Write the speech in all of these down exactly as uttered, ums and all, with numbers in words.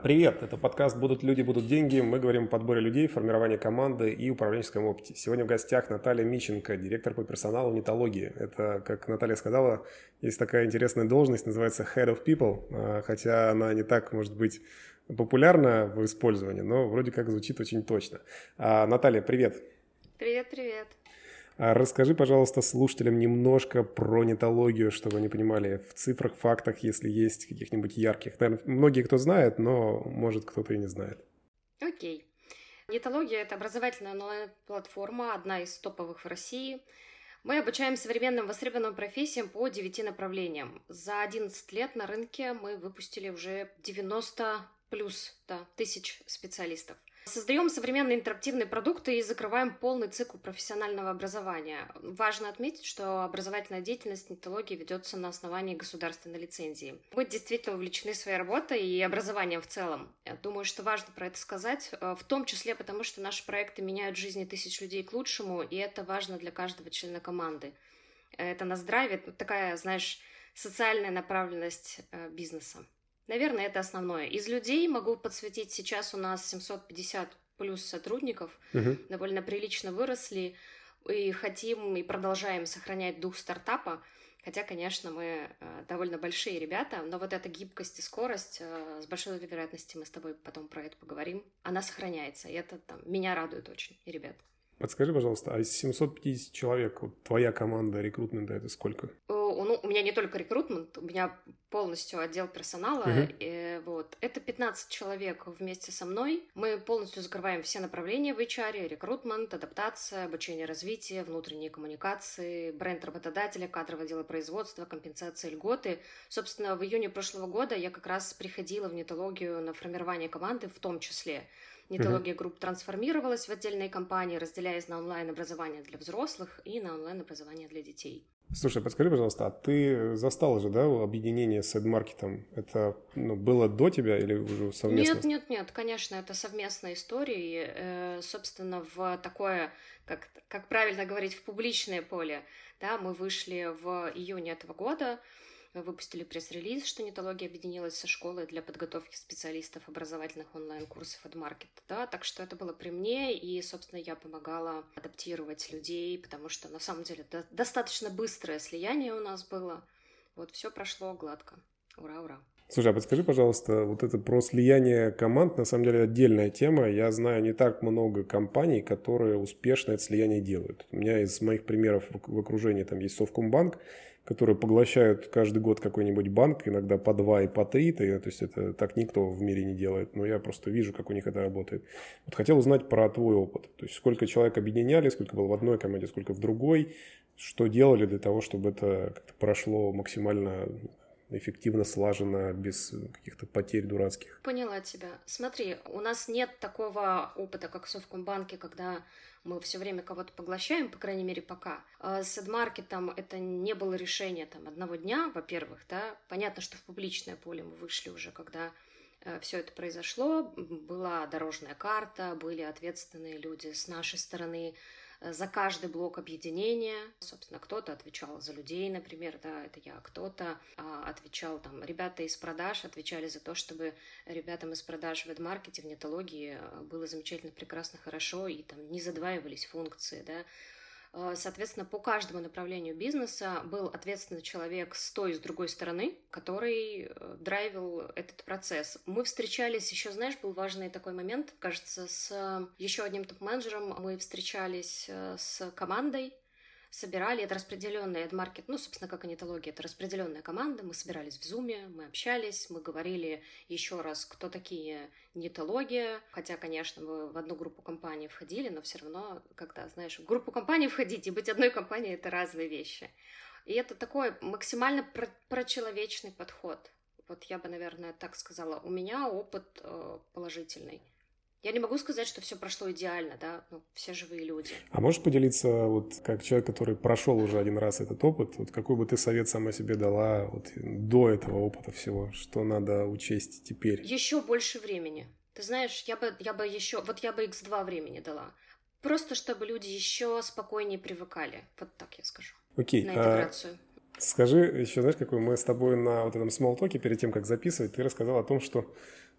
Привет, это подкаст «Будут люди, будут деньги». Мы говорим о подборе людей, формировании команды и управленческом опыте. Сегодня в гостях Наталья Мищенко, директор по персоналу Нетологии. Это, как Наталья сказала, есть такая интересная должность, называется Head of People, хотя она не так, может быть, популярна в использовании, но вроде как звучит очень точно. Наталья, привет. Привет, привет. Расскажи, пожалуйста, слушателям немножко про нетологию, чтобы они понимали в цифрах, фактах, если есть каких-нибудь ярких. Наверное, многие кто знает, но, может, кто-то и не знает. Окей. Нетология – это образовательная онлайн-платформа, одна из топовых в России. Мы обучаем современным востребованным профессиям по девяти направлениям. За одиннадцать лет на рынке мы выпустили уже девяносто плюс да, тысяч специалистов. Создаем современные интерактивные продукты и закрываем полный цикл профессионального образования. Важно отметить, что образовательная деятельность нетологии ведется на основании государственной лицензии. Мы действительно увлечены своей работой и образованием в целом. Я думаю, что важно про это сказать, в том числе потому, что наши проекты меняют жизни тысяч людей к лучшему, и это важно для каждого члена команды. Это нас драйвит, такая, знаешь, социальная направленность бизнеса. Наверное, это основное. Из людей могу подсветить, сейчас у нас семьсот пятьдесят плюс сотрудников, Угу. довольно прилично выросли, и хотим и продолжаем сохранять дух стартапа, хотя, конечно, мы довольно большие ребята, но вот эта гибкость и скорость, с большой вероятностью мы с тобой потом про это поговорим, она сохраняется, и это там, меня радует очень, и ребят. Подскажи, пожалуйста, а из семисот пятидесяти человек, вот твоя команда рекрутмента, это сколько? Ну, у меня не только рекрутмент, у меня полностью отдел персонала. Uh-huh. И, вот. Это пятнадцать человек вместе со мной. Мы полностью закрываем все направления в эйч ар: рекрутмент, адаптация, обучение, развитие, внутренние коммуникации, бренд работодателя, кадровое дело производства, компенсация, льготы. Собственно, в июне прошлого года я как раз приходила в нетологию на формирование команды в том числе. Нетология групп трансформировалась в отдельные компании, разделяясь на онлайн-образование для взрослых и на онлайн-образование для детей. Слушай, подскажи, пожалуйста, а ты застал же, да, объединение с эдмаркетом? Это ну, было до тебя или уже совместно? Нет, нет, нет, конечно, это совместная история. И, э, собственно, в такое, как, как правильно говорить, в публичное поле, да, мы вышли в июне этого года, выпустили пресс-релиз, что нетология объединилась со школой для подготовки специалистов образовательных онлайн-курсов эдмаркет. Да, так что это было при мне, и, собственно, я помогала адаптировать людей, потому что, на самом деле, до- достаточно быстрое слияние у нас было. Вот, все прошло гладко. Ура, ура. Слушай, а подскажи, пожалуйста, вот это про слияние команд, на самом деле, отдельная тема. Я знаю не так много компаний, которые успешно это слияние делают. У меня из моих примеров в в окружении там есть Совкомбанк, которые поглощают каждый год какой-нибудь банк, иногда по два и по три, то есть это так никто в мире не делает, но я просто вижу, как у них это работает. Вот хотел узнать про твой опыт, то есть сколько человек объединяли, сколько было в одной команде, сколько в другой, что делали для того, чтобы это как-то прошло максимально эффективно, слаженно, без каких-то потерь дурацких. Поняла тебя. Смотри, у нас нет такого опыта, как в Совкомбанке, когда мы все время кого-то поглощаем, по крайней мере, пока. А с эдмаркетом это не было решение там одного дня, во-первых, да. Понятно, что в публичное поле мы вышли уже, когда э, все это произошло. Была дорожная карта, были ответственные люди с нашей стороны за каждый блок объединения. Собственно, кто-то отвечал за людей, например, да, это я, кто-то а, отвечал, там, ребята из продаж отвечали за то, чтобы ребятам из продаж в эдмаркете, в нетологии было замечательно, прекрасно, хорошо, и там не задваивались функции, да. Соответственно, по каждому направлению бизнеса был ответственный человек с той и с другой стороны, который драйвил этот процесс. Мы встречались, еще, знаешь, был важный такой момент, кажется, с еще одним топ-менеджером мы встречались с командой, собирали, это распределенный эдмаркет, ну, собственно, как и нетология, это распределенная команда, мы собирались в зуме, мы общались, мы говорили еще раз, кто такие нетология, хотя, конечно, мы в одну группу компаний входили, но все равно, когда, знаешь, в группу компаний входить и быть одной компанией — это разные вещи. И это такой максимально про- прочеловечный подход. Вот я бы, наверное, так сказала. У меня опыт э, положительный. Я не могу сказать, что все прошло идеально, да, ну, все живые люди. А можешь поделиться, вот как человек, который прошел уже один раз этот опыт, вот какой бы ты совет сама себе дала вот до этого опыта всего, что надо учесть теперь? Еще больше времени. Ты знаешь, я бы, я бы еще, вот я бы икс два времени дала. Просто чтобы люди еще спокойнее привыкали. Вот так я скажу. Окей. На интеграцию. А, скажи еще, знаешь, какой мы с тобой на вот этом смолтоке перед тем, как записывать, ты рассказал о том, что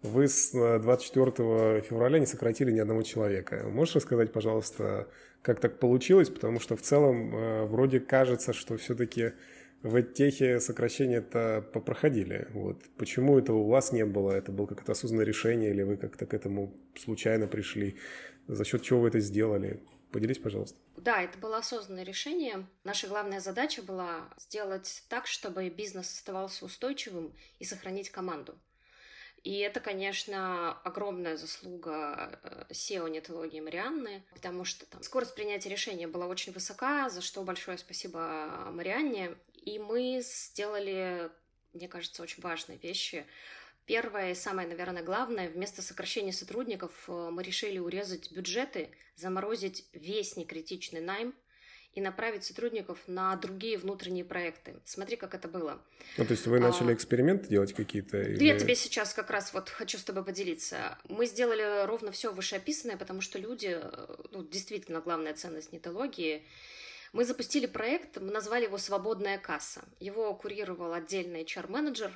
вы с двадцать четвёртого февраля не сократили ни одного человека. Можешь рассказать, пожалуйста, как так получилось? Потому что в целом вроде кажется, что все-таки в техе сокращения-то попроходили. Вот. Почему этого у вас не было? Это было какое-то осознанное решение или вы как-то к этому случайно пришли? За счет чего вы это сделали? Поделись, пожалуйста. Да, это было осознанное решение. Наша главная задача была сделать так, чтобы бизнес оставался устойчивым и сохранить команду. И это, конечно, огромная заслуга сео нетологии Марианны, потому что там скорость принятия решения была очень высока, за что большое спасибо Марианне. И мы сделали, мне кажется, очень важные вещи. Первое и самое, наверное, главное, вместо сокращения сотрудников мы решили урезать бюджеты, заморозить весь некритичный найм и направить сотрудников на другие внутренние проекты. Смотри, как это было. Ну, то есть вы начали а, эксперименты делать какие-то? Или... Я тебе сейчас как раз вот хочу с тобой поделиться. Мы сделали ровно все вышеописанное, потому что люди, ну, действительно, главная ценность нетологии. Мы запустили проект, мы назвали его «Свободная касса». Его курировал отдельный эйч ар-менеджер,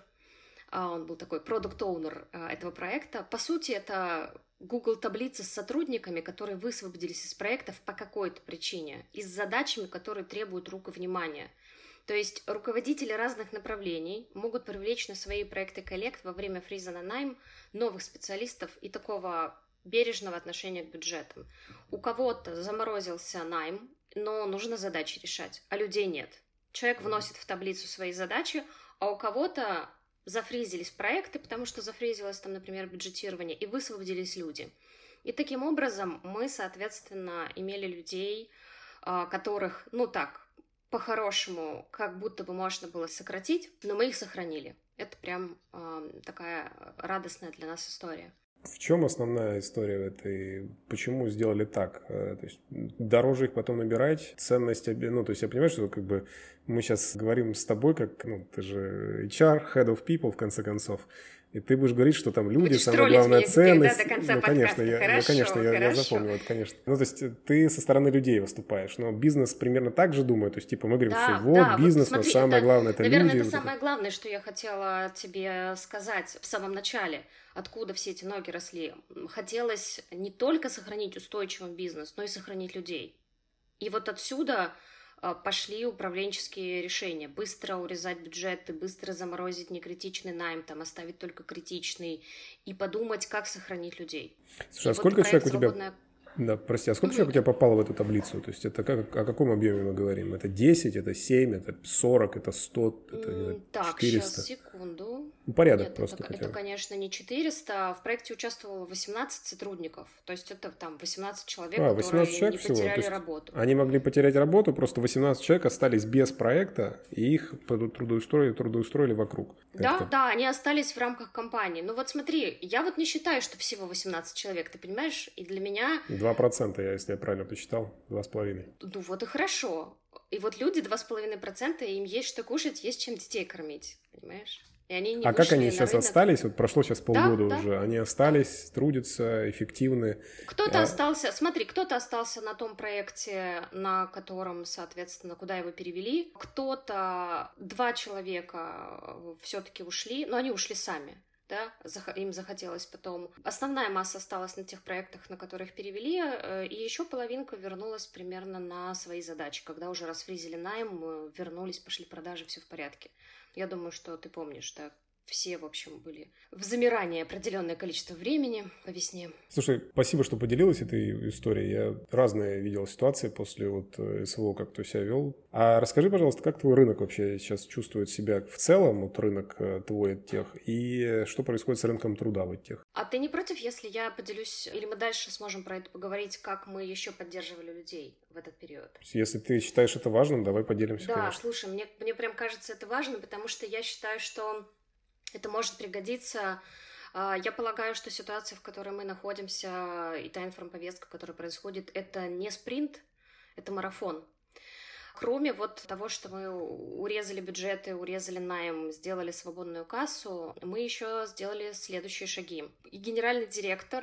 он был такой продукт-оунер этого проекта. По сути, это Google таблица с сотрудниками, которые высвободились из проектов по какой-то причине и с задачами, которые требуют рук и внимания. То есть руководители разных направлений могут привлечь на свои проекты коллег во время фриза на найм новых специалистов и такого бережного отношения к бюджетам. У кого-то заморозился найм, но нужно задачи решать, а людей нет. Человек вносит в таблицу свои задачи, а у кого-то зафризились проекты, потому что зафризилось там, например, бюджетирование, и высвободились люди. И таким образом мы, соответственно, имели людей, которых, ну так, по-хорошему, как будто бы можно было сократить, но мы их сохранили. Это прям э, такая радостная для нас история. В чем основная история этой? Почему сделали так? То есть дороже их потом набирать, ценность, ну, то есть я понимаю, что как бы мы сейчас говорим с тобой, как, ну, ты же эйч ар, head of people, в конце концов, и ты будешь говорить, что там люди, будешь самая главная меня ценность. Теперь, да, до конца ну, подкаста. конечно, я, хорошо, ну, конечно, я, я запомнил это, конечно. Ну, то есть ты со стороны людей выступаешь, но бизнес примерно так же думает, то есть типа мы говорим, да, что вот да, бизнес, вот смотри, но самое это, главное это наверное, люди. это самое главное, что я хотела тебе сказать в самом начале, откуда все эти ноги росли. Хотелось не только сохранить устойчивый бизнес, но и сохранить людей. И вот отсюда пошли управленческие решения. Быстро урезать бюджеты, быстро заморозить некритичный найм, там, оставить только критичный, и подумать, как сохранить людей. Слушай, а и сколько вот человек у тебя... «Свободная...» Да, прости, а сколько человек у тебя попало в эту таблицу? То есть это как, о каком объеме мы говорим? Это десять, это семь, это сорок, это сто, это не знаю, так, четыреста? сейчас, секунду. Ну, порядок Нет, просто это, хотя это, бы. конечно, не четыреста. В проекте участвовало восемнадцать сотрудников. То есть это там восемнадцать человек, А, которые человек не всего. потеряли То есть работу. они могли потерять работу, просто восемнадцать человек остались без проекта, и их трудоустроили, трудоустроили вокруг. Да, как-то. да, они остались в рамках компании. Ну вот смотри, я вот не считаю, что всего восемнадцать человек, ты понимаешь? И для меня... два процента, я, если я правильно посчитал, два с половиной. Ну вот и хорошо. И вот люди два с половиной процента, им есть что кушать, есть чем детей кормить, понимаешь? И они не а как они сейчас рынок. остались? Вот прошло сейчас полгода да, уже. да, они остались, да. трудятся, эффективны. Кто-то а... остался, смотри, кто-то остался на том проекте, на котором, соответственно, куда его перевели. Кто-то, два человека все-таки ушли, но они ушли сами. Да, им захотелось потом. Основная масса осталась на тех проектах, на которых перевели, и еще половинка вернулась примерно на свои задачи. Когда уже расфризили найм, вернулись, пошли продажи, все в порядке. Я думаю, что ты помнишь, да, все, в общем, были в замирании определенное количество времени по весне. Слушай, спасибо, что поделилась этой историей. Я разные видел ситуации после вот СВО, как ты себя вел. А расскажи, пожалуйста, как твой рынок вообще сейчас чувствует себя в целом, вот рынок твой тех, и что происходит с рынком труда в тех? А ты не против, если я поделюсь, или мы дальше сможем про это поговорить, как мы еще поддерживали людей в этот период? Если ты считаешь это важным, давай поделимся, да, конечно. Да, слушай, мне, мне прям кажется это важным, потому что я считаю, что это может пригодиться. Я полагаю, что ситуация, в которой мы находимся, и та информповестка, которая происходит, это не спринт, это марафон. Кроме вот того, что мы урезали бюджеты, урезали найм, сделали свободную кассу, мы еще сделали следующие шаги. И генеральный директор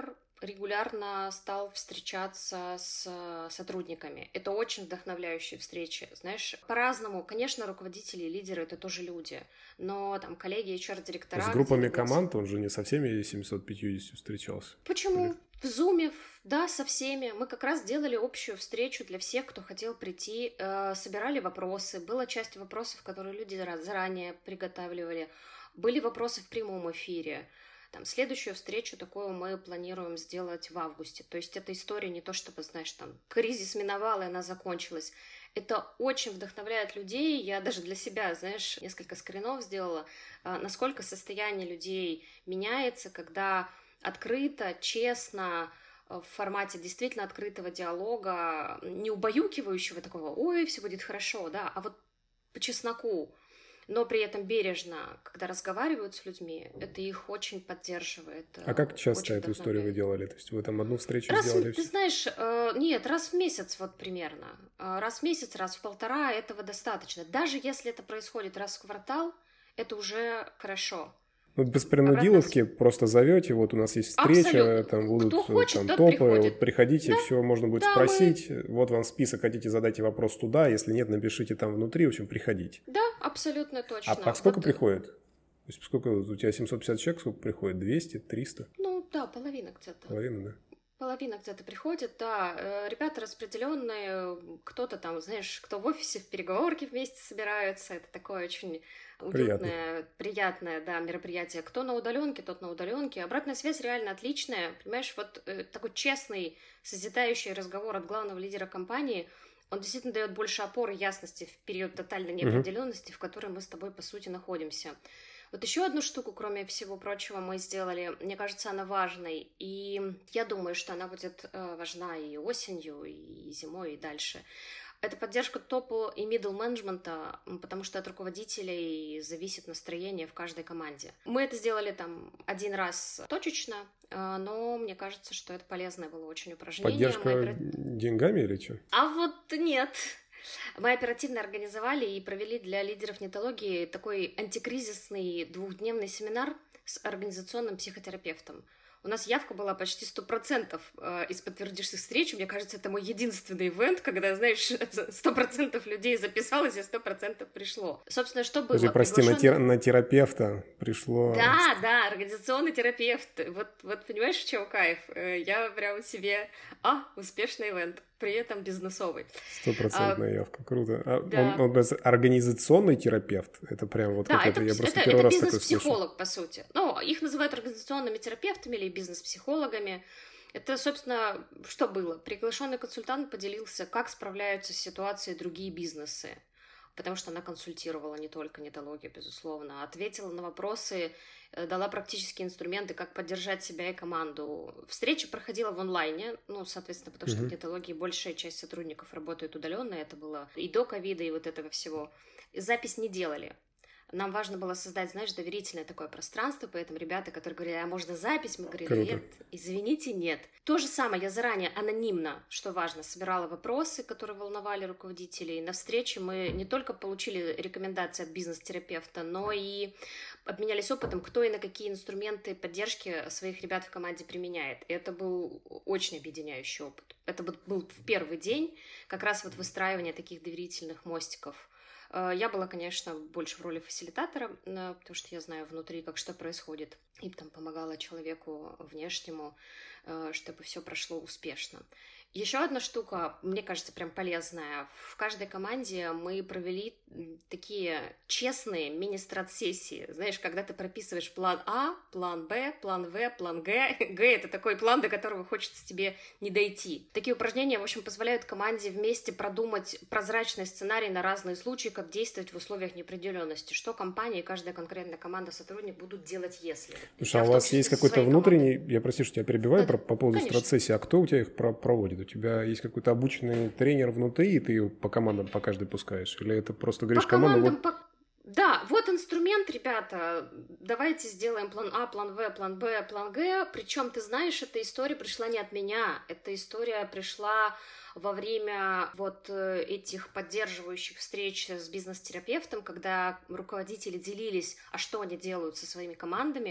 регулярно стал встречаться с сотрудниками. Это очень вдохновляющие встречи. Знаешь, по-разному. Конечно, руководители и лидеры — это тоже люди. Но там коллеги, эйч ар-директора... С группами команд он же не со всеми семьсот пятьдесят встречался. Почему? Или... В Zoom, да, со всеми. Мы как раз делали общую встречу для всех, кто хотел прийти, э, собирали вопросы. Была часть вопросов, которые люди заранее приготавливали. Были вопросы в прямом эфире. Там, следующую встречу такую мы планируем сделать в августе. То есть эта история не то, чтобы, знаешь, там, кризис миновал, и она закончилась. Это очень вдохновляет людей. Я даже для себя, знаешь, несколько скринов сделала, э, насколько состояние людей меняется, когда... открыто, честно, в формате действительно открытого диалога, не убаюкивающего такого, ой, все будет хорошо, да, а вот по чесноку, но при этом бережно, когда разговаривают с людьми, это их очень поддерживает. А как часто эту историю вы делали? То есть вы там одну встречу раз, сделали? Ты знаешь, э, нет, раз в месяц вот примерно. Раз в месяц, раз в полтора, этого достаточно. Даже если это происходит раз в квартал, это уже хорошо. Ну, без принудиловки обратно... просто зовете, вот у нас есть встреча, абсолютно. там будут Кто хочет, там, тот топы, приходит. Вот приходите, да. Все можно будет да, спросить, мы... вот вам список, хотите задайте вопрос туда, если нет, напишите там внутри, в общем, приходите. Да, абсолютно точно. А, а сколько вот... приходит? То есть сколько у тебя семьсот пятьдесят человек, сколько приходит? двести, триста? Ну да, половина где-то. Половина, да. Половина где-то приходит, да. Ребята распределенные, кто-то там, знаешь, кто в офисе в переговорке вместе собираются. Это такое очень уютное, приятное, приятное да, мероприятие. Кто на удаленке, тот на удаленке. Обратная связь реально отличная. Понимаешь, вот э, такой честный, созидающий разговор от главного лидера компании, он действительно дает больше опоры и ясности в период тотальной неопределенности, uh-huh. в которой мы с тобой, по сути, находимся. Вот еще одну штуку, кроме всего прочего, мы сделали. Мне кажется, она важной. И я думаю, что она будет важна и осенью, и зимой, и дальше. Это поддержка топа и middle менеджмента, потому что от руководителей зависит настроение в каждой команде. Мы это сделали там один раз точечно, но мне кажется, что это полезное было очень упражнение. Поддержка мы... деньгами или что? А вот нет. Мы оперативно организовали и провели для лидеров нетологии такой антикризисный двухдневный семинар с организационным психотерапевтом. У нас явка была почти сто процентов из подтвердивших встреч. Мне кажется, это мой единственный ивент, когда, знаешь, сто процентов людей записалось и сто процентов пришло. Собственно, что было? Подожди, прости, Приглашен... на, тер... на терапевта пришло... Да, да, организационный терапевт. Вот, вот понимаешь, в чем кайф? Я прям себе... А, успешный ивент. При этом бизнесовый. Стопроцентная а, явка, круто. А да. он, он организационный терапевт? Это прям вот да, какой-то, это, я просто это, первый это раз такой слышу. Это бизнес-психолог, по сути. Ну, их называют организационными терапевтами или бизнес-психологами. Это, собственно, что было? Приглашенный консультант поделился, как справляются с ситуацией другие бизнесы. Потому что она консультировала не только нетологию, безусловно, ответила на вопросы, дала практические инструменты, как поддержать себя и команду. Встреча проходила в онлайне, ну, соответственно, потому что mm-hmm. в нетологии большая часть сотрудников работает удаленно, это было и до ковида, и вот этого всего. Запись не делали. Нам важно было создать, знаешь, доверительное такое пространство, поэтому ребята, которые говорили, а можно запись? Мы говорили, Круто. Нет, извините, нет. То же самое, я заранее анонимно, что важно, собирала вопросы, которые волновали руководителей. На встрече мы не только получили рекомендации от бизнес-терапевта, но и обменялись опытом, кто и на какие инструменты поддержки своих ребят в команде применяет. И это был очень объединяющий опыт. Это был в первый день как раз вот выстраивание таких доверительных мостиков. Я была, конечно, больше в роли фасилитатора, потому что я знаю внутри, как что происходит, и там помогала человеку внешнему, чтобы все прошло успешно. Еще одна штука, мне кажется, прям полезная. В каждой команде мы провели такие честные мини-страт-сессии. Знаешь, когда ты прописываешь план А, план Б, план В, план Г. Г — это такой план, до которого хочется тебе не дойти. Такие упражнения, в общем, позволяют команде вместе продумать прозрачный сценарий на разные случаи, как действовать в условиях неопределенности. Что компания и каждая конкретная команда сотрудник будут делать, если. Слушай, а у вас есть какой-то внутренний, командой. Я прости, что тебя перебиваю, да, по поводу страт-сессии, а кто у тебя их проводит? У тебя есть какой-то обученный тренер внутри, и ты ее по командам по каждой пускаешь? Или это просто говоришь команду? Вот... По... Да, вот инструмент, ребята, давайте сделаем план А, план В, план Б, план Г. Причем, ты знаешь, эта история пришла не от меня, эта история пришла во время вот этих поддерживающих встреч с бизнес-терапевтом, когда руководители делились, а что они делают со своими командами.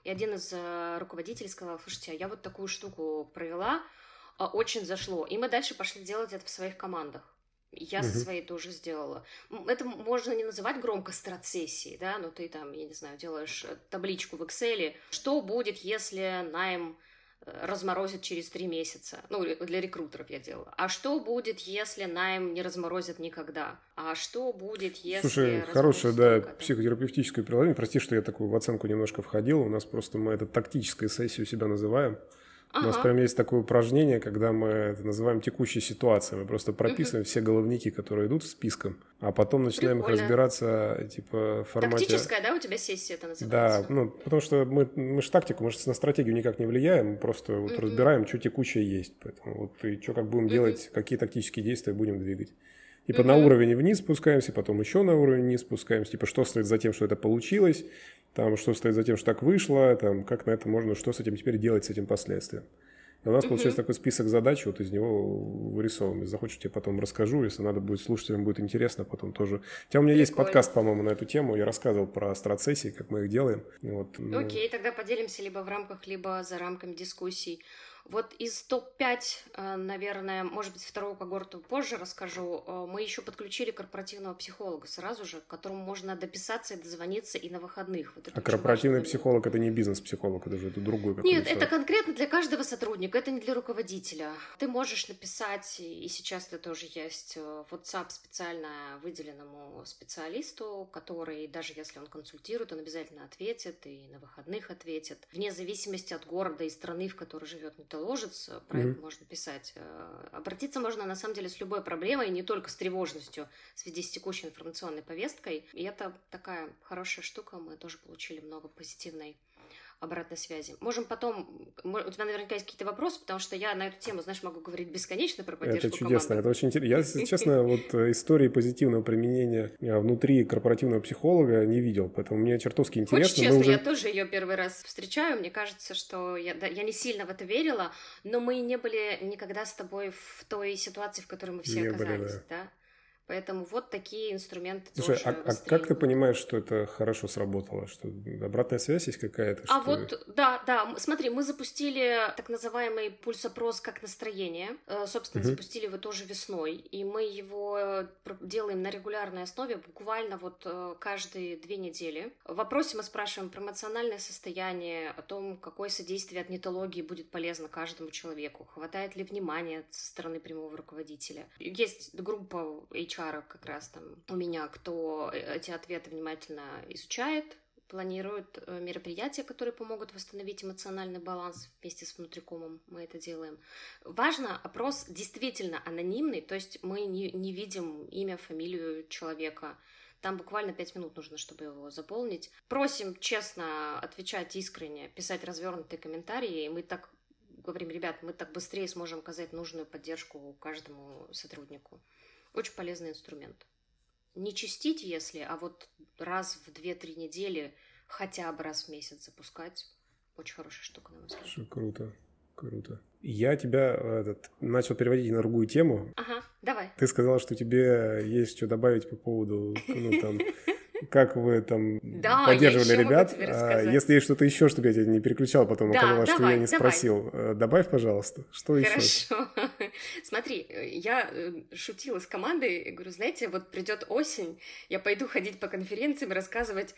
и один из э, руководителей сказал: слушайте, а я вот такую штуку провела, э, очень зашло, и мы дальше пошли делать это в своих командах. Я Угу. со своей тоже сделала. Это можно не называть громко страт-сессией, да, но ты там, я не знаю, делаешь табличку в Excel, что будет, если найм разморозит через три месяца. Ну, для рекрутеров я делала. А что будет, если найм не разморозит никогда? А что будет, если... Слушай, хорошее, да, психотерапевтическое приложение. Прости, что я такую в оценку немножко входил. У нас просто мы это тактической сессией у себя называем. Ага. У нас прям есть такое упражнение, когда мы это называем текущей ситуацией. Мы просто прописываем угу. все головники, которые идут списком, а потом начинаем Прикольно. их разбираться типа в формате... Тактическая, да, у тебя сессия это называется? Да, ну, потому что мы, мы же тактику, мы же на стратегию никак не влияем, мы просто вот угу. разбираем, что текущее есть. Поэтому вот и что как будем угу. делать, какие тактические действия будем двигать. Типа угу. на уровень вниз спускаемся, потом еще на уровень вниз спускаемся. Типа что стоит за тем, что это получилось, там что стоит за тем, что так вышло, там как на это можно, что с этим теперь делать, с этим последствием. И у нас uh-huh. получается такой список задач, вот из него вырисовываем. Если захочешь, я потом расскажу, если надо будет слушателям, будет интересно, потом тоже. Хотя у меня Прикольно. есть подкаст, по-моему, на эту тему, я рассказывал про страт-сессии, как мы их делаем. Вот. Окей, okay, тогда поделимся либо в рамках, либо за рамками дискуссий. Вот из топ пять, наверное, может быть, вторую когорту позже расскажу, мы еще подключили корпоративного психолога сразу же, к которому можно дописаться и дозвониться и на выходных. Вот а корпоративный психолог – это не бизнес-психолог, это же это другой какой-то Нет, человек. Это конкретно для каждого сотрудника, это не для руководителя. Ты можешь написать, и сейчас это тоже есть, в WhatsApp специально выделенному специалисту, который, даже если он консультирует, он обязательно ответит и на выходных ответит. Вне зависимости от города и страны, в которой живет ложится, про mm-hmm. это можно писать. Обратиться можно, на самом деле, с любой проблемой, не только с тревожностью в связи с текущей информационной повесткой. И это такая хорошая штука, мы тоже получили много позитивной обратной связи. Можем потом... У тебя наверняка есть какие-то вопросы, потому что я на эту тему, знаешь, могу говорить бесконечно про поддержку команды. Это чудесно, команды. Это очень интересно. Я, если честно, вот истории позитивного применения внутри корпоративного психолога не видел, поэтому мне чертовски интересно. Хочешь честно, уже... я тоже ее первый раз встречаю, мне кажется, что я, да, я не сильно в это верила, но мы не были никогда с тобой в той ситуации, в которой мы все не оказались, были, да. да? Поэтому вот такие инструменты. Слушай, а, а как ты понимаешь, что это хорошо сработало? Что обратная связь есть какая-то? А что... вот, да, да, смотри, мы запустили так называемый пульс-опрос как настроение. Собственно, uh-huh. запустили его тоже весной. И мы его делаем на регулярной основе, буквально вот каждые две недели. В вопросе мы спрашиваем про эмоциональное состояние, о том, какое содействие от нетологии будет полезно каждому человеку, хватает ли внимания со стороны прямого руководителя. Есть группа эйч ар как раз там у меня, кто эти ответы внимательно изучает, планирует мероприятия, которые помогут восстановить эмоциональный баланс вместе с внутрикомом. Мы это делаем. Важно, опрос действительно анонимный, то есть мы не, не видим имя, фамилию человека. Там буквально пять минут нужно, чтобы его заполнить. Просим честно отвечать искренне, писать развернутые комментарии. Мы так говорим: ребят, мы так быстрее сможем оказать нужную поддержку каждому сотруднику. Очень полезный инструмент. Не чистить, если, а вот раз в две-три недели, хотя бы раз в месяц запускать. Очень хорошая штука, на мой взгляд. Слушай, круто, круто. Я тебя этот, начал переводить на другую тему. Ага, давай. Ты сказала, что тебе есть что добавить по поводу, ну, там, как вы там да, поддерживали ребят. А, если есть что-то еще, чтобы я тебя не переключал, потом да, оказалось, давай, что я не давай. спросил. Добавь, пожалуйста, что Хорошо. еще? Хорошо. Смотри, я шутила с командой, говорю, знаете, вот придет осень, я пойду ходить по конференциям и рассказывать: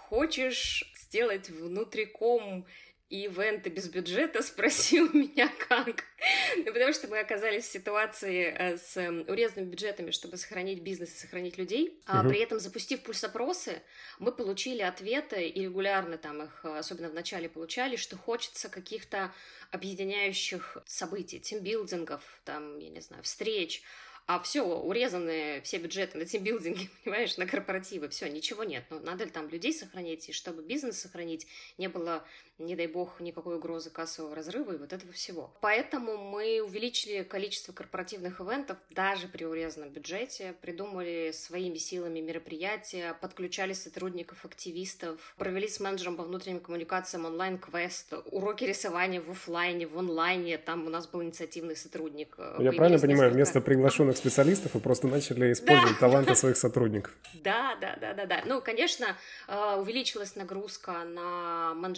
хочешь сделать внутриком ивенты без бюджета, спроси у меня как. Ну, потому что мы оказались в ситуации с урезанными бюджетами, чтобы сохранить бизнес и сохранить людей. А uh-huh. при этом, запустив пульс-опросы, мы получили ответы, и регулярно там их, особенно в начале, получали, что хочется каких-то объединяющих событий, тимбилдингов, там, я не знаю, встреч. А все, урезаны все бюджеты на тимбилдинги, понимаешь, на корпоративы, все, ничего нет. Но надо ли там людей сохранить, и чтобы бизнес сохранить, не было, не дай бог, никакой угрозы кассового разрыва и вот этого всего. Поэтому мы увеличили количество корпоративных ивентов даже при урезанном бюджете, придумали своими силами мероприятия, подключали сотрудников, активистов, провели с менеджером по внутренним коммуникациям онлайн-квест, уроки рисования в офлайне, в онлайне, там у нас был инициативный сотрудник. Я правильно понимаю, вместо приглашенных специалистов вы просто начали использовать да. таланты своих сотрудников. Да, да, да, да, да. Ну, конечно, увеличилась нагрузка на менеджера по внутренним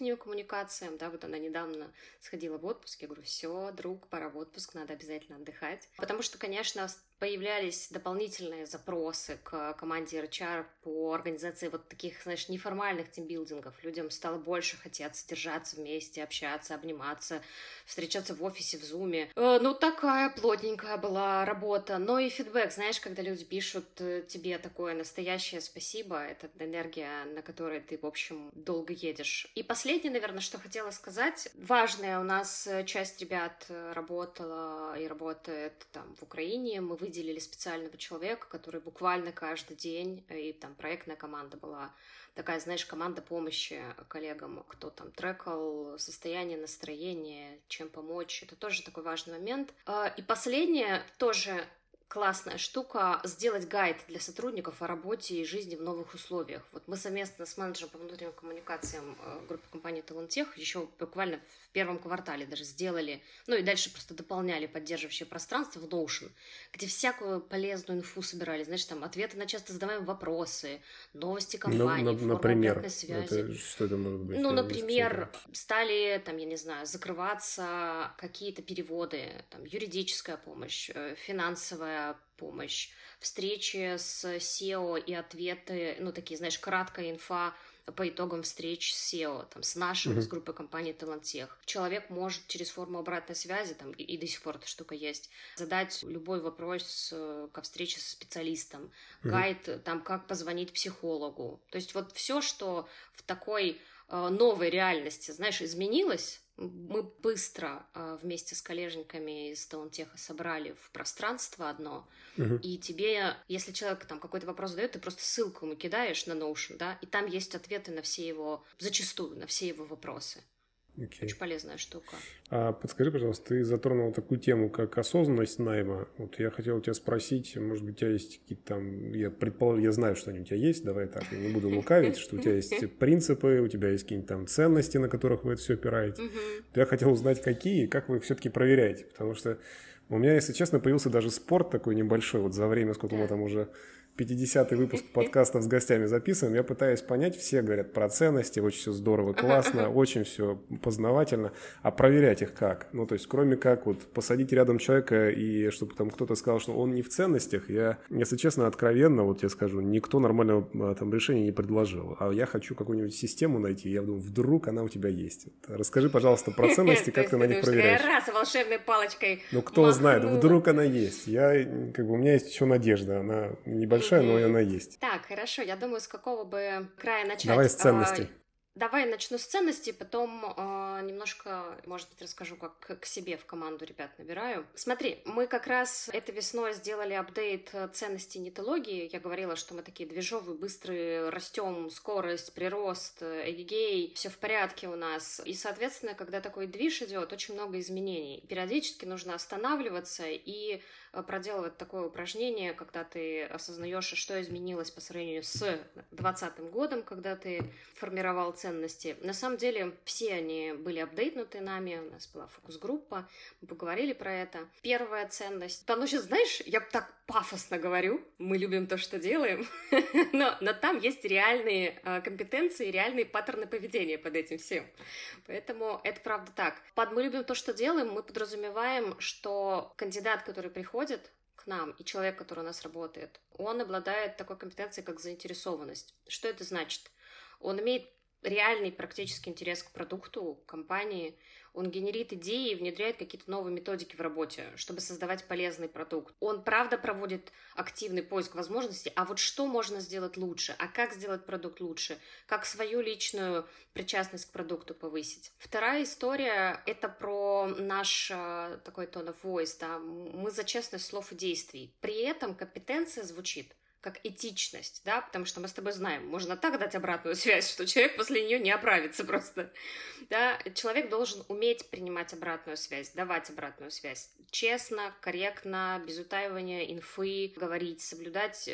внутренним коммуникациям, да, вот она недавно сходила в отпуск, я говорю, все, друг, пора в отпуск, надо обязательно отдыхать, потому что, конечно, появлялись дополнительные запросы к команде эйч ар по организации вот таких, знаешь, неформальных тимбилдингов. Людям стало больше хотеться держаться вместе, общаться, обниматься, встречаться в офисе, в зуме. Э, ну, такая плотненькая была работа. Но и фидбэк, знаешь, когда люди пишут тебе такое настоящее спасибо, это энергия, на которой ты, в общем, долго едешь. И последнее, наверное, что хотела сказать. Важная у нас часть ребят работала и работает там в Украине. Мы выделили специального человека, который буквально каждый день, и там проектная команда была такая, знаешь, команда помощи коллегам, кто там трекал состояние, настроение, чем помочь. Это тоже такой важный момент. И последнее, тоже классная штука — сделать гайд для сотрудников о работе и жизни в новых условиях. Вот мы совместно с менеджером по внутренним коммуникациям группы компании Talentech еще буквально в первом квартале даже сделали, ну и дальше просто дополняли поддерживающее пространство в Notion, где всякую полезную инфу собирали, знаешь, там ответы на часто задаваемые вопросы, новости компании, ну, форма например, обратной связи. Это, что это может быть? Ну, например, стали, там, я не знаю, закрываться какие-то переводы, там, юридическая помощь, финансовая помощь, встречи с сео и ответы, ну, такие, знаешь, краткая инфа по итогам встреч с сео, там, с нашим, uh-huh. с группой компании Talentech. Человек может через форму обратной связи, там, и, и до сих пор эта штука есть, задать любой вопрос ко встрече со специалистом, uh-huh. гайд, там, как позвонить психологу. То есть вот все, что в такой э, новой реальности, знаешь, изменилось, мы быстро э, вместе с коллежниками из Талантеха собрали в пространство одно, uh-huh. и тебе, если человек там какой-то вопрос задает, ты просто ссылку ему кидаешь на Notion, да, и там есть ответы на все его, зачастую, на все его вопросы. Okay. Очень полезная штука. А подскажи, пожалуйста, ты затронула такую тему, как осознанность найма. Вот я хотел у тебя спросить, может быть, у тебя есть какие-то там, я предполагаю, я знаю, что они у тебя есть, давай так, я не буду лукавить, что у тебя есть принципы, у тебя есть какие-нибудь там ценности, на которых вы это все опираете. Я хотел узнать, какие, и как вы их все-таки проверяете, потому что у меня, если честно, появился даже спорт такой небольшой, вот за время, сколько мы там уже... пятидесятый выпуск подкастов с гостями записываем, я пытаюсь понять, все говорят про ценности, очень все здорово, классно, очень все познавательно, а проверять их как? Ну, то есть, кроме как вот посадить рядом человека и чтобы там кто-то сказал, что он не в ценностях, я, если честно, откровенно, вот я скажу, никто нормального там решения не предложил, а я хочу какую-нибудь систему найти, я думаю, вдруг она у тебя есть. Расскажи, пожалуйста, про ценности, как ты на них проверяешь. Раз волшебной палочкой. Ну, кто знает, вдруг она есть. Я, как бы, у меня есть еще надежда, она небольшая, но и она есть. Так, хорошо. Я думаю, с какого бы края начать. Давай с ценностей. Давай начну с ценностей, потом э, немножко, может быть, расскажу, как к себе в команду ребят набираю. Смотри, мы как раз этой весной сделали апдейт ценностей нетологии. Я говорила, что мы такие движовые, быстрые, растем, скорость, прирост, эгегей, все в порядке у нас. И, соответственно, когда такой движ идет, очень много изменений. Периодически нужно останавливаться и проделывать такое упражнение, когда ты осознаешь, что изменилось по сравнению с двадцатым годом, когда ты формировал ценности. На самом деле все они были апдейтнуты нами, у нас была фокус-группа, мы поговорили про это. Первая ценность. Ну, сейчас, знаешь, я так пафосно говорю, мы любим то, что делаем, но, но там есть реальные э, компетенции, реальные паттерны поведения под этим всем. Поэтому это правда так. Под «мы любим то, что делаем» мы подразумеваем, что кандидат, который приходит к нам, и человек, который у нас работает, он обладает такой компетенцией, как заинтересованность. Что это значит? Он имеет реальный практический интерес к продукту, к компании, он генерит идеи и внедряет какие-то новые методики в работе, чтобы создавать полезный продукт. Он, правда, проводит активный поиск возможностей, а вот что можно сделать лучше, а как сделать продукт лучше, как свою личную причастность к продукту повысить. Вторая история — это про наш такой tone of voice, да? Мы за честность слов и действий. При этом компетенция звучит как этичность, да, потому что мы с тобой знаем, можно так дать обратную связь, что человек после нее не оправится просто, да, человек должен уметь принимать обратную связь, давать обратную связь, честно, корректно, без утаивания инфы, говорить, соблюдать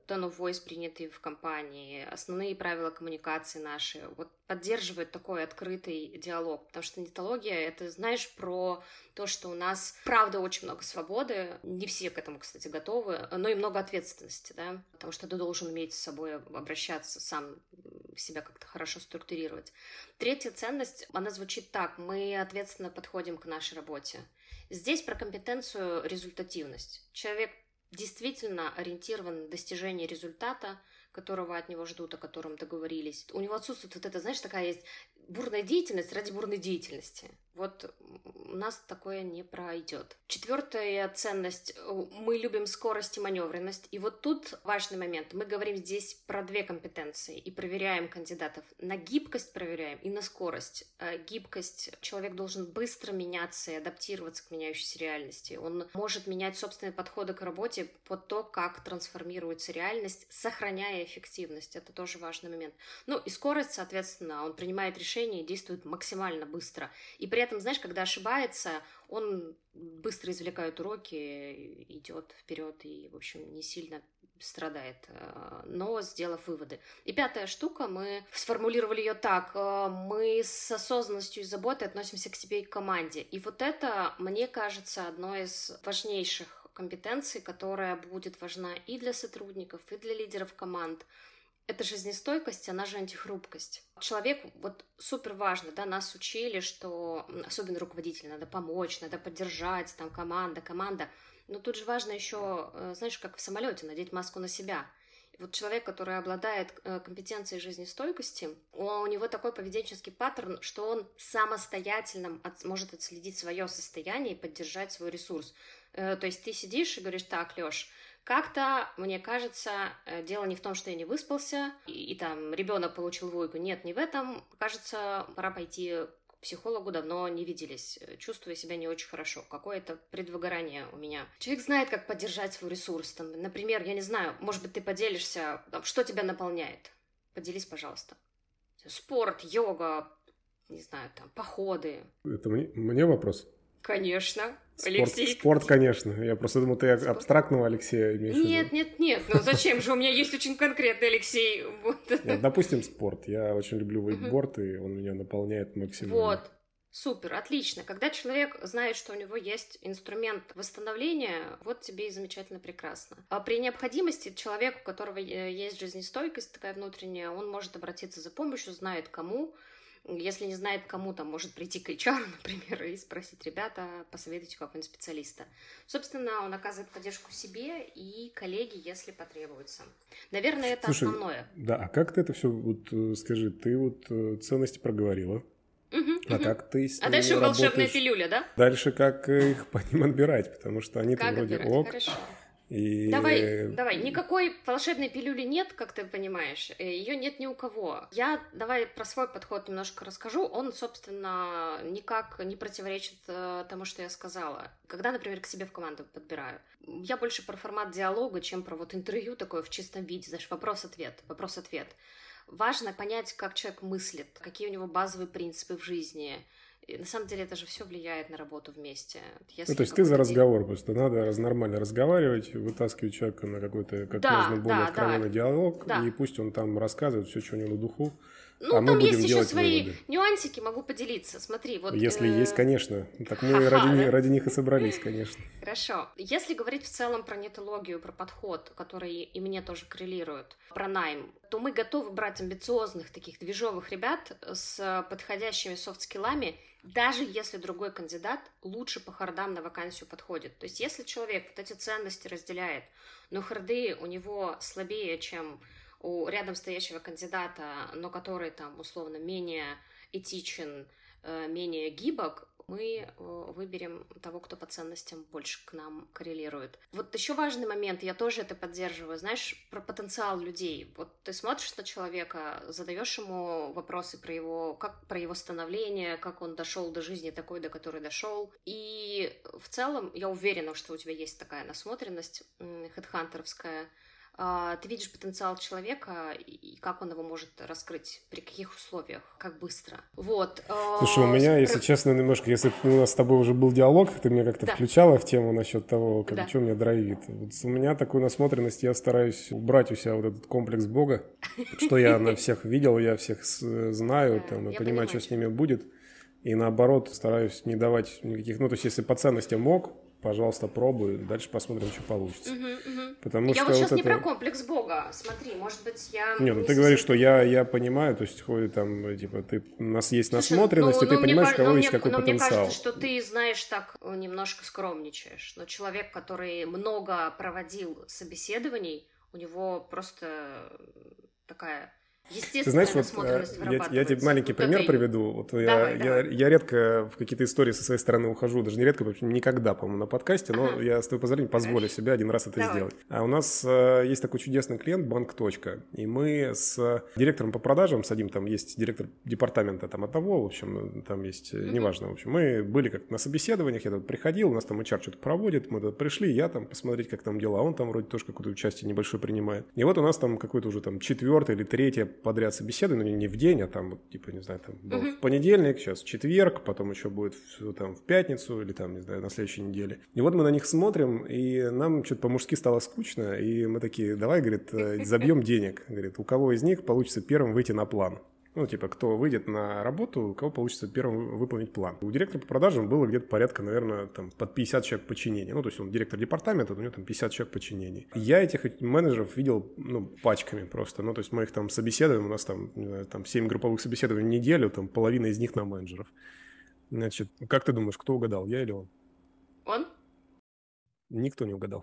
tone of voice, принятый в компании, основные правила коммуникации наши, вот поддерживает такой открытый диалог, потому что нетология — это, знаешь, про то, что у нас, правда, очень много свободы, не все к этому, кстати, готовы, но и много ответственности, да, потому что ты должен уметь с собой обращаться, сам себя как-то хорошо структурировать. Третья ценность, она звучит так: мы ответственно подходим к нашей работе. Здесь про компетенцию, результативность. Человек действительно ориентирован на достижение результата, которого от него ждут, о котором договорились. У него отсутствует вот это, знаешь, такая есть бурная деятельность ради бурной деятельности. Вот у нас такое не пройдет. Четвертая ценность. Мы любим скорость и маневренность. И вот тут важный момент. Мы говорим здесь про две компетенции и проверяем кандидатов. На гибкость проверяем и на скорость. Гибкость. Человек должен быстро меняться и адаптироваться к меняющейся реальности. Он может менять собственные подходы к работе под то, как трансформируется реальность, сохраняя эффективность. Это тоже важный момент. Ну и скорость, соответственно, он принимает решения и действует максимально быстро. И при этом, знаешь, когда ошибается, он быстро извлекает уроки, идет вперед и, в общем, не сильно страдает, но сделав выводы. И пятая штука, мы сформулировали ее так: мы с осознанностью и заботой относимся к себе и к команде. И вот это, мне кажется, одной из важнейших компетенций, которая будет важна и для сотрудников, и для лидеров команд. Это жизнестойкость, она же антихрупкость. Человеку вот супер важно, да, нас учили, что особенно руководителю надо помочь, надо поддержать, там команда, команда. Но тут же важно еще, знаешь, как в самолете, надеть маску на себя. И вот человек, который обладает компетенцией жизнестойкости, у него такой поведенческий паттерн, что он самостоятельно от, может отследить свое состояние и поддержать свой ресурс. То есть ты сидишь и говоришь: так, Лёш, как-то, мне кажется, дело не в том, что я не выспался, и, и там ребенок получил двойку. Нет, не в этом. Кажется, пора пойти к психологу, давно не виделись. Чувствую себя не очень хорошо. Какое-то предвыгорание у меня. Человек знает, как поддержать свой ресурс. Там, например, я не знаю, может быть, ты поделишься, что тебя наполняет. Поделись, пожалуйста. Спорт, йога, не знаю, там, походы. Это мне, мне вопрос? Конечно. Спорт, Алексей. Спорт, конечно. Я просто думал, ты спорт. Абстрактного Алексея имеешь в виду. Нет, нет, нет. Ну зачем же? У меня есть очень конкретный Алексей. Вот. Нет, допустим, спорт. Я очень люблю вейкборд, и он меня наполняет максимально. Вот. Супер, отлично. Когда человек знает, что у него есть инструмент восстановления, вот тебе и замечательно, прекрасно. А при необходимости человек, у которого есть жизнестойкость такая внутренняя, он может обратиться за помощью, знает кому. Если не знает, кому, там может прийти к эйч ар, например, и спросить: ребята, посоветуйте какого-нибудь специалиста. Собственно, он оказывает поддержку себе и коллеге, если потребуется. Наверное, это Слушай, основное. Да, а как ты это все, вот скажи, ты вот ценности проговорила, угу, а угу. как ты с А ними дальше работаешь? волшебная пилюля, да? Дальше как их по ним отбирать, потому что они там вроде отбирать? ок. Хорошо. И... Давай, давай, никакой волшебной пилюли нет, как ты понимаешь, ее нет ни у кого. Я, давай про свой подход немножко расскажу, он, собственно, никак не противоречит э, тому, что я сказала. Когда, например, к себе в команду подбираю, я больше про формат диалога, чем про вот интервью такое в чистом виде, знаешь, вопрос-ответ, вопрос-ответ. Важно понять, как человек мыслит, какие у него базовые принципы в жизни. И на самом деле это же все влияет на работу вместе. Если ну, то есть ты за разговор, день... просто надо нормально разговаривать, вытаскивать человека на какой-то как да, можно более да, откровенный да, диалог, да. И пусть он там рассказывает все, что у него на духу, ну, а мы там будем есть еще делать свои выводы. Нюансики, могу поделиться. Смотри, вот... Если э... есть, конечно. Так мы Ха-ха, ради, да? ради них и собрались, конечно. Хорошо. Если говорить в целом про нетологию, про подход, который и мне тоже коррелирует, про найм, то мы готовы брать амбициозных таких движовых ребят с подходящими софт-скиллами, даже если другой кандидат лучше по хардам на вакансию подходит. То есть если человек вот эти ценности разделяет, но харды у него слабее, чем у рядом стоящего кандидата, но который там условно менее этичен, менее гибок, мы выберем того, кто по ценностям больше к нам коррелирует. Вот еще важный момент, я тоже это поддерживаю, знаешь, про потенциал людей. Вот ты смотришь на человека, задаешь ему вопросы про его, как про его становление, как он дошел до жизни такой, до которой дошел. И в целом я уверена, что у тебя есть такая насмотренность хедхантеровская. А, ты видишь потенциал человека и как он его может раскрыть, при каких условиях, как быстро. Вот. Слушай, у меня, если честно, немножко, если у нас с тобой уже был диалог, ты меня как-то да. включала в тему насчет того, как, да. что меня драйвит. Вот у меня такую насмотренность, я стараюсь убрать у себя вот этот комплекс Бога, что я на всех видел, я всех знаю, там, и понимаю, что с ними будет. И наоборот, стараюсь не давать никаких... Ну, то есть, если по ценностям мог, пожалуйста, пробуй, дальше посмотрим, что получится. Угу, угу. Потому я что вот сейчас вот не это... про комплекс Бога, смотри, может быть, я... Нет, ну не ты говоришь, что я, я понимаю, то есть, ходит там, типа, ты, у нас есть Слушай, насмотренность, ну, и ты ну, понимаешь, мне, у кого ну, есть мне, какой но потенциал. Мне кажется, что ты, знаешь, так немножко скромничаешь, но человек, который много проводил собеседований, у него просто такая... Ты знаешь, вот я, я тебе маленький вот пример приведу. Вот давай, я, давай. Я, я редко в какие-то истории со своей стороны ухожу, даже не редко, никогда, по-моему, на подкасте, но ага. я, с твоего позволения, позволю Хорошо. себе один раз это давай. сделать. А у нас э, есть такой чудесный клиент, банк. И мы с директором по продажам садим, там есть директор департамента там одного, в общем, там есть, mm-hmm. неважно, в общем, мы были как на собеседованиях, я тут приходил, у нас там эйч ар что-то проводит, мы тут пришли, я там посмотреть, как там дела, он там вроде тоже какое-то участие небольшое принимает. И вот у нас там какой-то уже там четвертый или третье подряд собеседование, не в день, а там, вот, типа, не знаю, там был uh-huh. в понедельник, сейчас четверг, потом еще будет в, там в пятницу или там, не знаю, на следующей неделе. И вот мы на них смотрим, и нам что-то по-мужски стало скучно, и мы такие, давай, говорит, забьем денег. Говорит, у кого из них получится первым выйти на план? Ну, типа, кто выйдет на работу, у кого получится первым выполнить план. У директора по продажам было где-то порядка, наверное, там, под пятьдесят человек подчинения. Ну, то есть он директор департамента, у него там пятьдесят человек подчинений. Я этих менеджеров видел, ну, пачками просто. Ну, то есть мы их там собеседуем, у нас там, не знаю, там семь групповых собеседований в неделю, там половина из них на менеджеров. Значит, как ты думаешь, кто угадал, я или он? Он? Никто не угадал.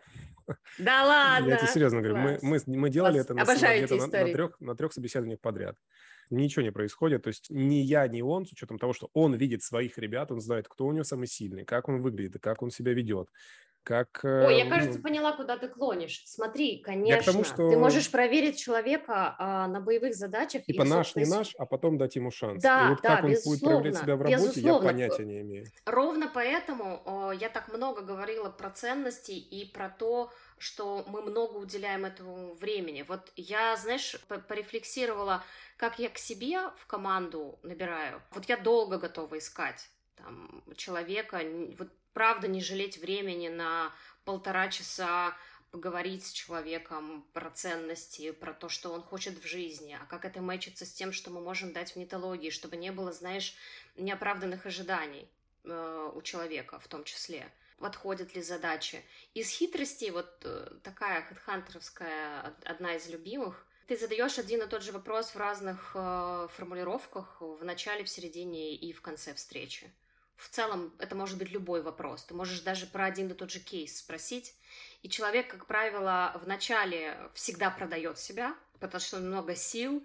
Да ладно? Я тебе серьезно говорю, мы, мы, мы делали Класс. это на, где-то на, на, трех, на трех собеседованиях подряд. Ничего не происходит, то есть ни я, ни он, с учетом того, что он видит своих ребят, он знает, кто у него самый сильный, как он выглядит, как он себя ведет. Как, Ой, я, кажется, ну, поняла, куда ты клонишь. Смотри, конечно, тому, что... ты можешь проверить человека а, на боевых задачах. Типа и, наш, не наш, а потом дать ему шанс. Да, и вот да, как он безусловно, будет проявлять себя в работе, безусловно. я понятия не имею. Ровно поэтому о, я так много говорила про ценности и про то, что мы много уделяем этому времени. Вот я, знаешь, порефлексировала, как я к себе в команду набираю. Вот я долго готова искать там, человека, вот правда не жалеть времени на полтора часа поговорить с человеком про ценности, про то, что он хочет в жизни, а как это мэчится с тем, что мы можем дать в нетологии, чтобы не было, знаешь, неоправданных ожиданий э, у человека в том числе. Подходят ли задачи. Из хитростей, вот э, такая хедхантеровская, одна из любимых, ты задаешь один и тот же вопрос в разных э, формулировках в начале, в середине и в конце встречи. В целом, это может быть любой вопрос. Ты можешь даже про один и тот же кейс спросить. И человек, как правило, в начале всегда продает себя, потому что много сил.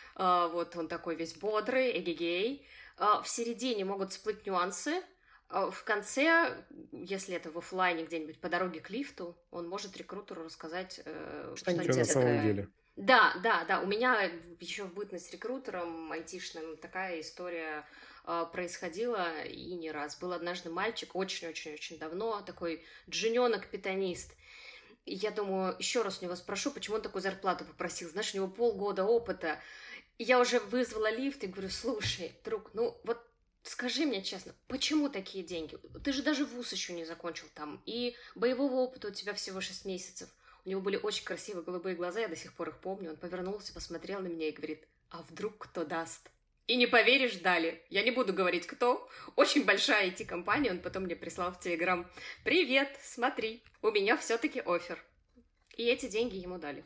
Вот он такой весь бодрый, эгегей. В середине могут всплыть нюансы. В конце, если это в офлайне где-нибудь по дороге к лифту, он может рекрутеру рассказать, что, что на самом деле. Да, да, да. У меня еще в бытность рекрутером айтишным такая история происходило и не раз. Был однажды мальчик очень-очень-очень давно, такой джуненок-питонист. И я думаю, еще раз у него спрошу, почему он такую зарплату попросил. Знаешь, у него полгода опыта. И я уже вызвала лифт и говорю, слушай, друг, ну вот скажи мне честно, почему такие деньги? Ты же даже вуз еще не закончил там, и боевого опыта у тебя всего шесть месяцев. У него были очень красивые голубые глаза, я до сих пор их помню. Он повернулся, посмотрел на меня и говорит, а вдруг кто даст? И не поверишь, дали. Я не буду говорить, кто. Очень большая ай ти-компания. Он потом мне прислал в Телеграм. Привет, смотри, у меня все-таки оффер. И эти деньги ему дали.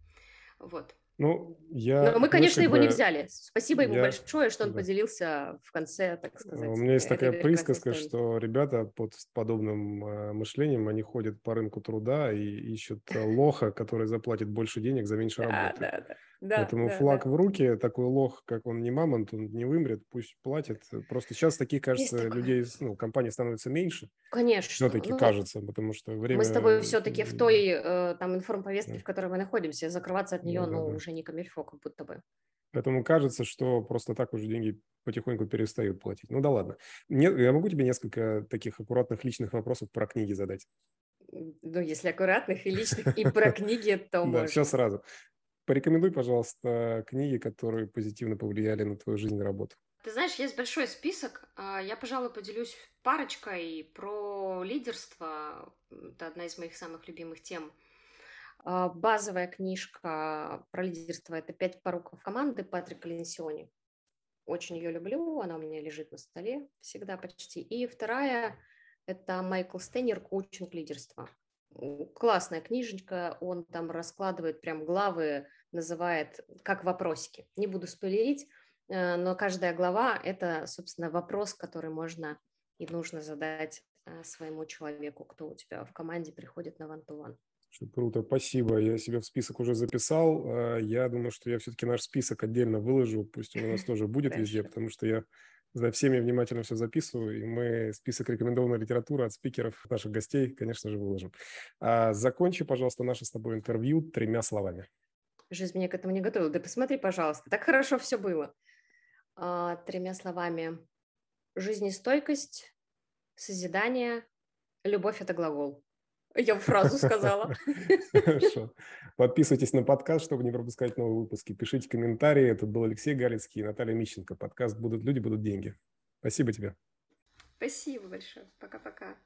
Вот. Ну, я... Но мы, конечно, его бы... не взяли. Спасибо ему я... большое, что он да. поделился в конце, так сказать. У меня есть такая присказка, что ребята под подобным э, мышлением, они ходят по рынку труда и ищут лоха, который заплатит больше денег за меньше работы. Да, да, да. Поэтому да, флаг да. в руки, такой лох, как он не мамонт, он не вымрет, пусть платит. Просто сейчас таких, кажется, людей, ну, компаний становится меньше. Конечно. Все-таки ну, кажется, потому что время... Мы с тобой все-таки в той э, там информповестке, да. в которой мы находимся, закрываться от нее, да, ну, да, да. уже не камильфо, как будто бы. Поэтому кажется, что просто так уже деньги потихоньку перестают платить. Ну да ладно. Не, я могу тебе несколько таких аккуратных личных вопросов про книги задать? Ну, если аккуратных и личных, и про книги, то Да, все можно. сразу. Порекомендуй, пожалуйста, книги, которые позитивно повлияли на твою жизнь и работу. Ты знаешь, есть большой список. А, Я, пожалуй, поделюсь парочкой про лидерство. Это одна из моих самых любимых тем. А, Базовая книжка про лидерство — это «Пять пороков команды» Патрика Ленсиони. Очень ее люблю, она у меня лежит на столе всегда почти. И вторая — это Майкл Стейнер «Коучинг лидерства». М, Классная книжечка, он там раскладывает прям главы, называет как вопросики. Не буду спойлерить, э, но каждая глава — это, собственно, вопрос, который можно и нужно задать э, своему человеку, кто у тебя в команде приходит на one-to-one. Слушай, круто, спасибо. Я себе в список уже записал. А, Я думаю, что я все-таки наш список отдельно выложу. Пусть он у нас тоже будет везде, Хорошо. потому что я за всеми внимательно все записываю, и мы список рекомендованной литературы от спикеров, наших гостей, конечно же, выложим. А закончи, пожалуйста, наше с тобой интервью тремя словами. Жизнь меня к этому не готовила. Да посмотри, пожалуйста, так хорошо все было. А, Тремя словами. Жизнестойкость, созидание, любовь — это глагол. Я фразу сказала. Хорошо. Подписывайтесь на подкаст, чтобы не пропускать новые выпуски. Пишите комментарии. Это был Алексей Галицкий и Наталья Мищенко. Подкаст «Будут люди, будут деньги». Спасибо тебе. Спасибо большое. Пока-пока.